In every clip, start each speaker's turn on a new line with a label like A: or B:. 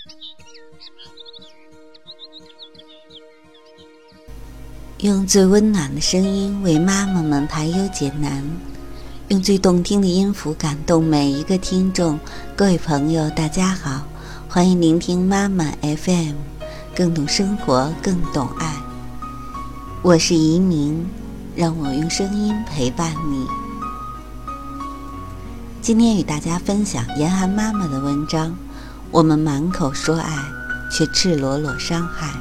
A: 用最温暖的声音为妈妈们排忧解难，用最动听的音符感动每一个听众。各位朋友大家好，欢迎聆听妈妈 FM， 更懂生活，更懂爱。我是怡宁，让我用声音陪伴你。今天与大家分享严寒妈妈的文章，我们满口说爱，却赤裸裸伤害。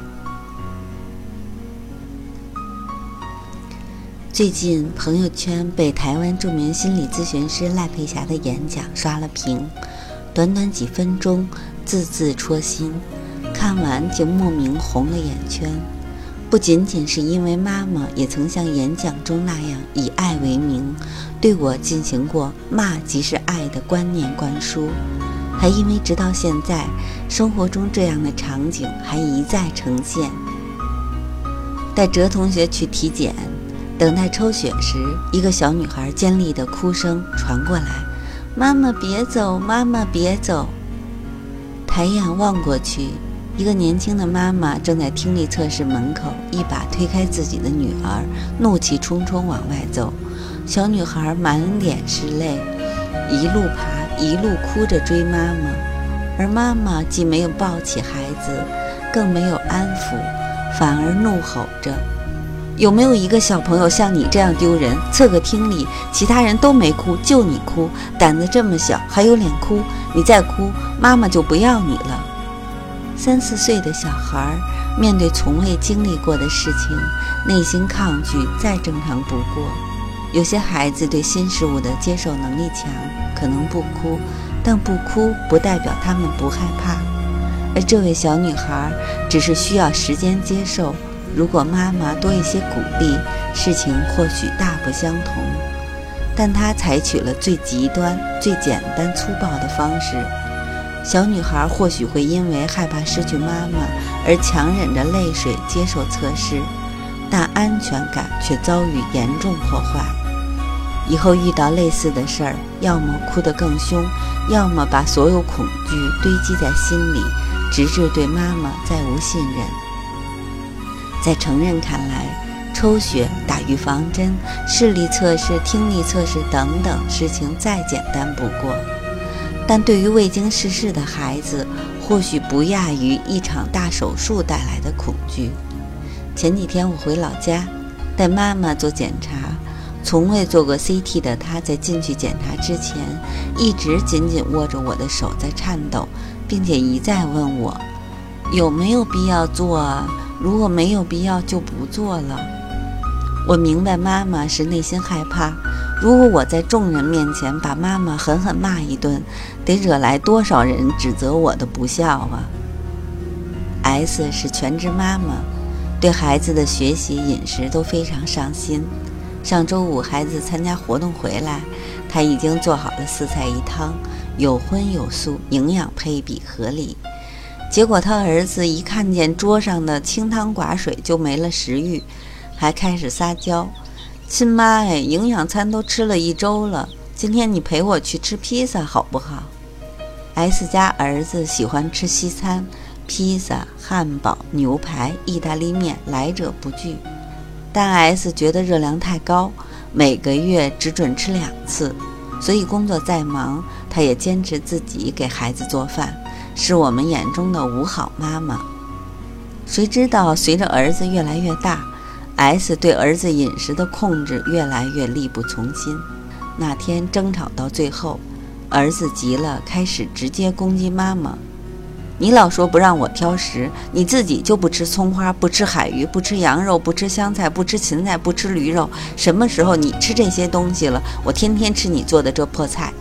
A: 最近朋友圈被台湾著名心理咨询师赖佩霞的演讲刷了屏，短短几分钟，字字戳心，看完就莫名红了眼圈。不仅仅是因为妈妈也曾像演讲中那样以爱为名，对我进行过骂即是爱的观念灌输，还因为直到现在，生活中这样的场景还一再呈现。带哲同学去体检，等待抽血时，一个小女孩尖利的哭声传过来，妈妈别走，妈妈别走。抬眼望过去，一个年轻的妈妈正在听力测试门口一把推开自己的女儿，怒气冲冲往外走。小女孩满脸是泪，一路爬一路哭着追妈妈，而妈妈既没有抱起孩子，更没有安抚，反而怒吼着，有没有一个小朋友像你这样丢人？测个听力，其他人都没哭，就你哭，胆子这么小，还有脸哭？你再哭，妈妈就不要你了。3、4岁的小孩面对从未经历过的事情，内心抗拒再正常不过。有些孩子对新事物的接受能力强，可能不哭，但不哭不代表他们不害怕。而这位小女孩只是需要时间接受，如果妈妈多一些鼓励，事情或许大不相同。但她采取了最极端、最简单粗暴的方式。小女孩或许会因为害怕失去妈妈而强忍着泪水接受测试，但安全感却遭遇严重破坏。以后遇到类似的事儿，要么哭得更凶，要么把所有恐惧堆积在心里，直至对妈妈再无信任。在成人看来，抽血、打预防针、视力测试、听力测试等等事情再简单不过，但对于未经世事的孩子，或许不亚于一场大手术带来的恐惧。前几天我回老家，带妈妈做检查，从未做过 CT 的她在进去检查之前，一直紧紧握着我的手在颤抖，并且一再问我有没有必要做啊？如果没有必要就不做了。我明白妈妈是内心害怕，如果我在众人面前把妈妈狠狠骂一顿，得惹来多少人指责我的不孝啊。 S 是全职妈妈，对孩子的学习饮食都非常上心。上周五孩子参加活动回来，她已经做好了4菜1汤，有荤有素，营养配比合理。结果他儿子一看见桌上的清汤寡水就没了食欲，还开始撒娇，亲妈营养餐都吃了1周了，今天你陪我去吃披萨好不好？ S 家儿子喜欢吃西餐，披萨、汉堡、牛排、意大利面来者不拒，但 S 觉得热量太高，每个月只准吃2次，所以工作再忙，他也坚持自己给孩子做饭，是我们眼中的五好妈妈。谁知道随着儿子越来越大， S 对儿子饮食的控制越来越力不从心。那天争吵到最后，儿子急了，开始直接攻击妈妈，你老说不让我挑食，你自己就不吃葱花，不吃海鱼，不吃羊肉，不吃香菜，不吃芹菜，不吃驴肉，什么时候你吃这些东西了？我天天吃你做的这破菜。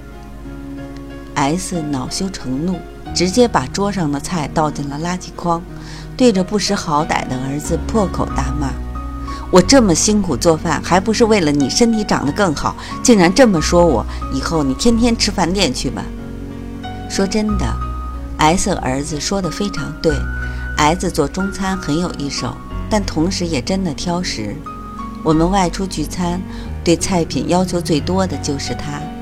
A: S 恼羞成怒，直接把桌上的菜倒进了垃圾筐，对着不识好歹的儿子破口大骂，我这么辛苦做饭，还不是为了你身体长得更好，竟然这么说我，以后你天天吃饭店去吧。说真的， S 儿子说得非常对， S 做中餐很有一手，但同时也真的挑食。我们外出聚餐，对菜品要求最多的就是他。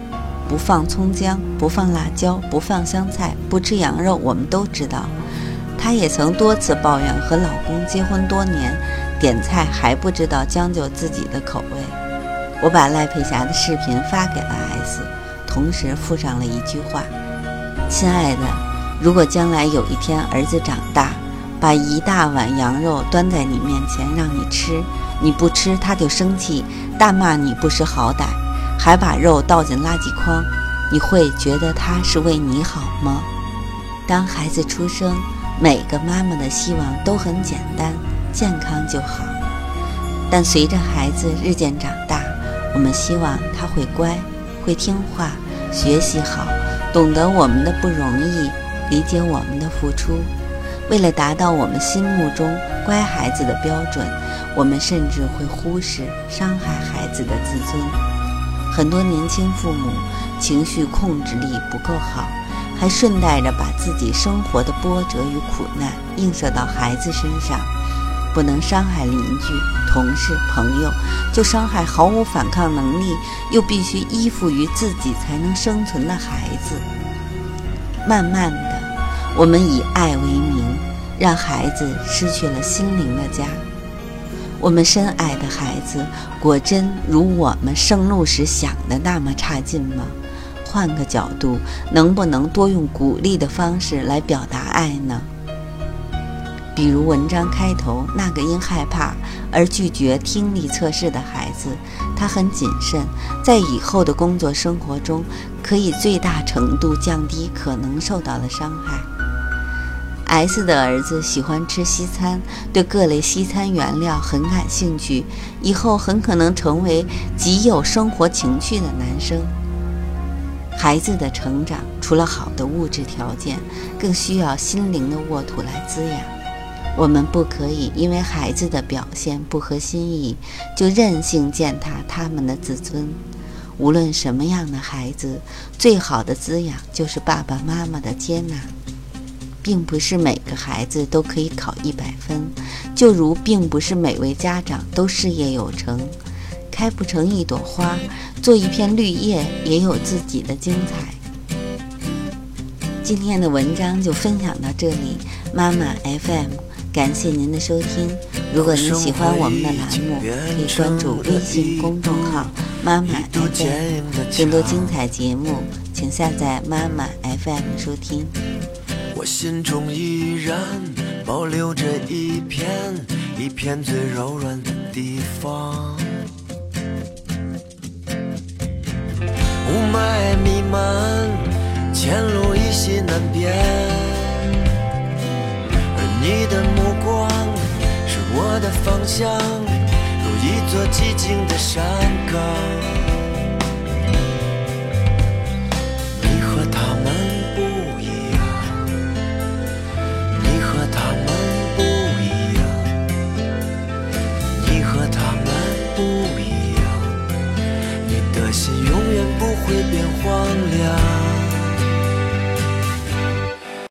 A: 不放葱姜，不放辣椒，不放香菜，不吃羊肉，我们都知道。她也曾多次抱怨和老公结婚多年，点菜还不知道将就自己的口味。我把赖佩霞的视频发给了 S， 同时附上了一句话：亲爱的，如果将来有一天儿子长大，把一大碗羊肉端在你面前让你吃，你不吃他就生气，大骂你不识好歹，还把肉倒进垃圾筐，你会觉得他是为你好吗？当孩子出生，每个妈妈的希望都很简单，健康就好。但随着孩子日渐长大，我们希望他会乖，会听话，学习好，懂得我们的不容易，理解我们的付出。为了达到我们心目中乖孩子的标准，我们甚至会忽视伤害孩子的自尊。很多年轻父母情绪控制力不够好，还顺带着把自己生活的波折与苦难映射到孩子身上。不能伤害邻居、同事、朋友，就伤害毫无反抗能力又必须依附于自己才能生存的孩子。慢慢的，我们以爱为名，让孩子失去了心灵的家。我们深爱的孩子，果真如我们生路时想的那么差劲吗？换个角度，能不能多用鼓励的方式来表达爱呢？比如文章开头那个因害怕而拒绝听力测试的孩子，他很谨慎，在以后的工作生活中可以最大程度降低可能受到的伤害。S 的儿子喜欢吃西餐，对各类西餐原料很感兴趣，以后很可能成为极有生活情趣的男生。孩子的成长除了好的物质条件，更需要心灵的沃土来滋养。我们不可以因为孩子的表现不合心意，就任性践踏他们的自尊。无论什么样的孩子，最好的滋养就是爸爸妈妈的接纳。并不是每个孩子都可以考100分，就如并不是每位家长都事业有成。开不成一朵花，做一片绿叶也有自己的精彩。今天的文章就分享到这里，妈妈 FM， 感谢您的收听。如果您喜欢我们的栏目，可以关注微信公众号妈妈 FM， 更多精彩节目请下载妈妈 FM 收听。
B: 我心中依然保留着一片最柔软的地方，雾霾弥漫，前路依稀难辨，而你的目光是我的方向，如一座寂静的山岗。你和他们不一样，你和他们不一样，你和他们不一样，你的心永远不会变荒凉。